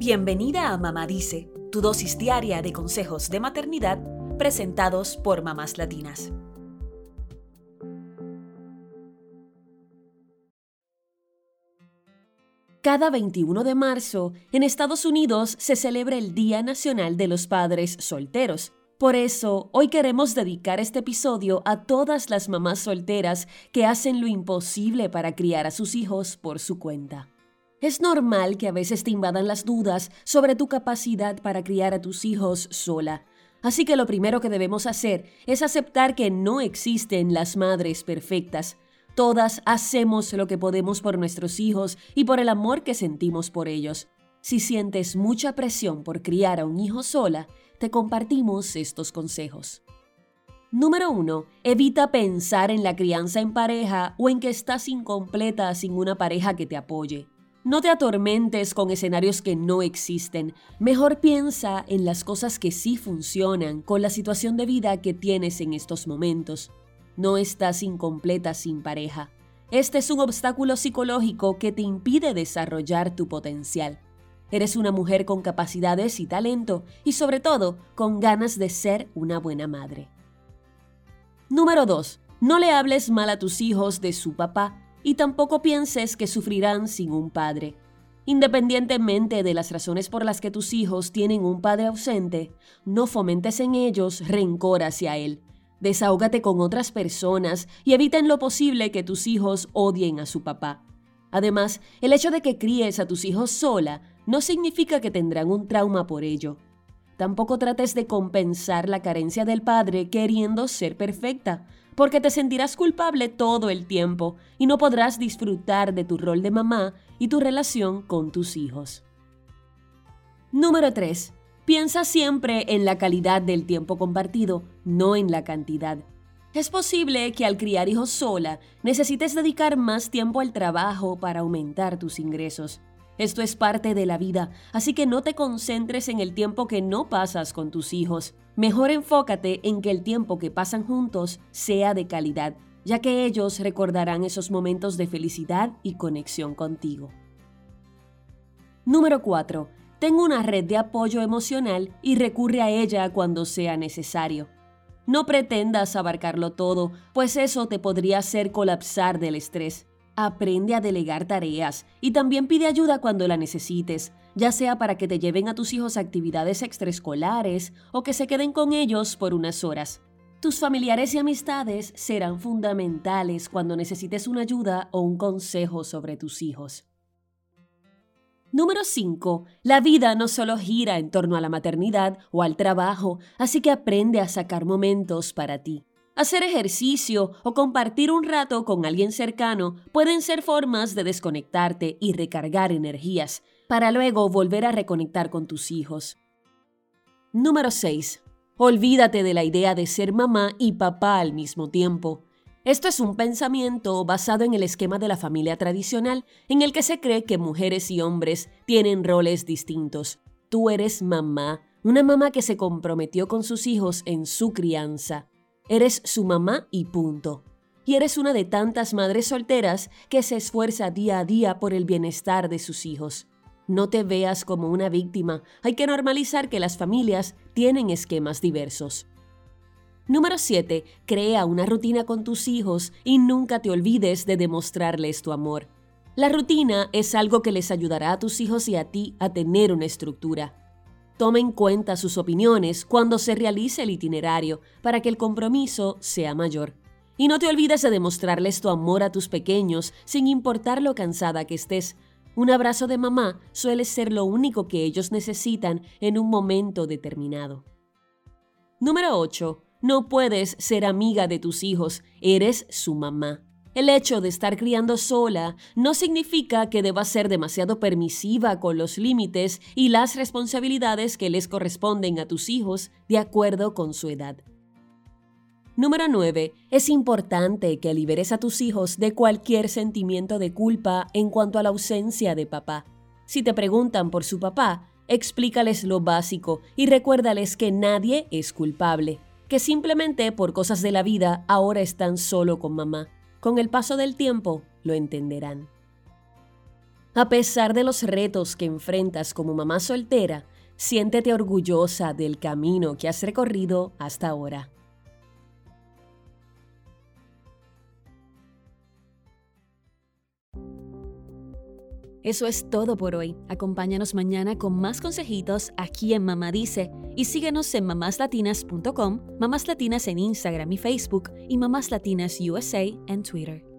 Bienvenida a Mamá Dice, tu dosis diaria de consejos de maternidad presentados por mamás latinas. Cada 21 de marzo, en Estados Unidos se celebra el Día Nacional de los Padres Solteros. Por eso, hoy queremos dedicar este episodio a todas las mamás solteras que hacen lo imposible para criar a sus hijos por su cuenta. Es normal que a veces te invadan las dudas sobre tu capacidad para criar a tus hijos sola. Así que lo primero que debemos hacer es aceptar que no existen las madres perfectas. Todas hacemos lo que podemos por nuestros hijos y por el amor que sentimos por ellos. Si sientes mucha presión por criar a un hijo sola, te compartimos estos consejos. Número 1. Evita pensar en la crianza en pareja o en que estás incompleta sin una pareja que te apoye. No te atormentes con escenarios que no existen. Mejor piensa en las cosas que sí funcionan con la situación de vida que tienes en estos momentos. No estás incompleta sin pareja. Este es un obstáculo psicológico que te impide desarrollar tu potencial. Eres una mujer con capacidades y talento y sobre todo con ganas de ser una buena madre. Número 2. No le hables mal a tus hijos de su papá y tampoco pienses que sufrirán sin un padre. Independientemente de las razones por las que tus hijos tienen un padre ausente, no fomentes en ellos rencor hacia él. Desahógate con otras personas y evita en lo posible que tus hijos odien a su papá. Además, el hecho de que críes a tus hijos sola no significa que tendrán un trauma por ello. Tampoco trates de compensar la carencia del padre queriendo ser perfecta, porque te sentirás culpable todo el tiempo y no podrás disfrutar de tu rol de mamá y tu relación con tus hijos. Número 3. Piensa siempre en la calidad del tiempo compartido, no en la cantidad. Es posible que al criar hijos sola necesites dedicar más tiempo al trabajo para aumentar tus ingresos. Esto es parte de la vida, así que no te concentres en el tiempo que no pasas con tus hijos. Mejor enfócate en que el tiempo que pasan juntos sea de calidad, ya que ellos recordarán esos momentos de felicidad y conexión contigo. Número 4. Ten una red de apoyo emocional y recurre a ella cuando sea necesario. No pretendas abarcarlo todo, pues eso te podría hacer colapsar del estrés. Aprende a delegar tareas y también pide ayuda cuando la necesites, ya sea para que te lleven a tus hijos a actividades extraescolares o que se queden con ellos por unas horas. Tus familiares y amistades serán fundamentales cuando necesites una ayuda o un consejo sobre tus hijos. Número 5. La vida no solo gira en torno a la maternidad o al trabajo, así que aprende a sacar momentos para ti. Hacer ejercicio o compartir un rato con alguien cercano pueden ser formas de desconectarte y recargar energías, para luego volver a reconectar con tus hijos. Número 6. Olvídate de la idea de ser mamá y papá al mismo tiempo. Esto es un pensamiento basado en el esquema de la familia tradicional, en el que se cree que mujeres y hombres tienen roles distintos. Tú eres mamá, una mamá que se comprometió con sus hijos en su crianza. Eres su mamá y punto. Y eres una de tantas madres solteras que se esfuerza día a día por el bienestar de sus hijos. No te veas como una víctima. Hay que normalizar que las familias tienen esquemas diversos. Número 7. Crea una rutina con tus hijos y nunca te olvides de demostrarles tu amor. La rutina es algo que les ayudará a tus hijos y a ti a tener una estructura. Toma en cuenta sus opiniones cuando se realice el itinerario para que el compromiso sea mayor. Y no te olvides de demostrarles tu amor a tus pequeños sin importar lo cansada que estés. Un abrazo de mamá suele ser lo único que ellos necesitan en un momento determinado. Número 8. No puedes ser amiga de tus hijos, eres su mamá. El hecho de estar criando sola no significa que debas ser demasiado permisiva con los límites y las responsabilidades que les corresponden a tus hijos de acuerdo con su edad. Número 9. Es importante que liberes a tus hijos de cualquier sentimiento de culpa en cuanto a la ausencia de papá. Si te preguntan por su papá, explícales lo básico y recuérdales que nadie es culpable, que simplemente por cosas de la vida ahora están solo con mamá. Con el paso del tiempo, lo entenderán. A pesar de los retos que enfrentas como mamá soltera, siéntete orgullosa del camino que has recorrido hasta ahora. Eso es todo por hoy. Acompáñanos mañana con más consejitos aquí en Mamá Dice y síguenos en mamáslatinas.com, Mamás Latinas en Instagram y Facebook y Mamás Latinas USA en Twitter.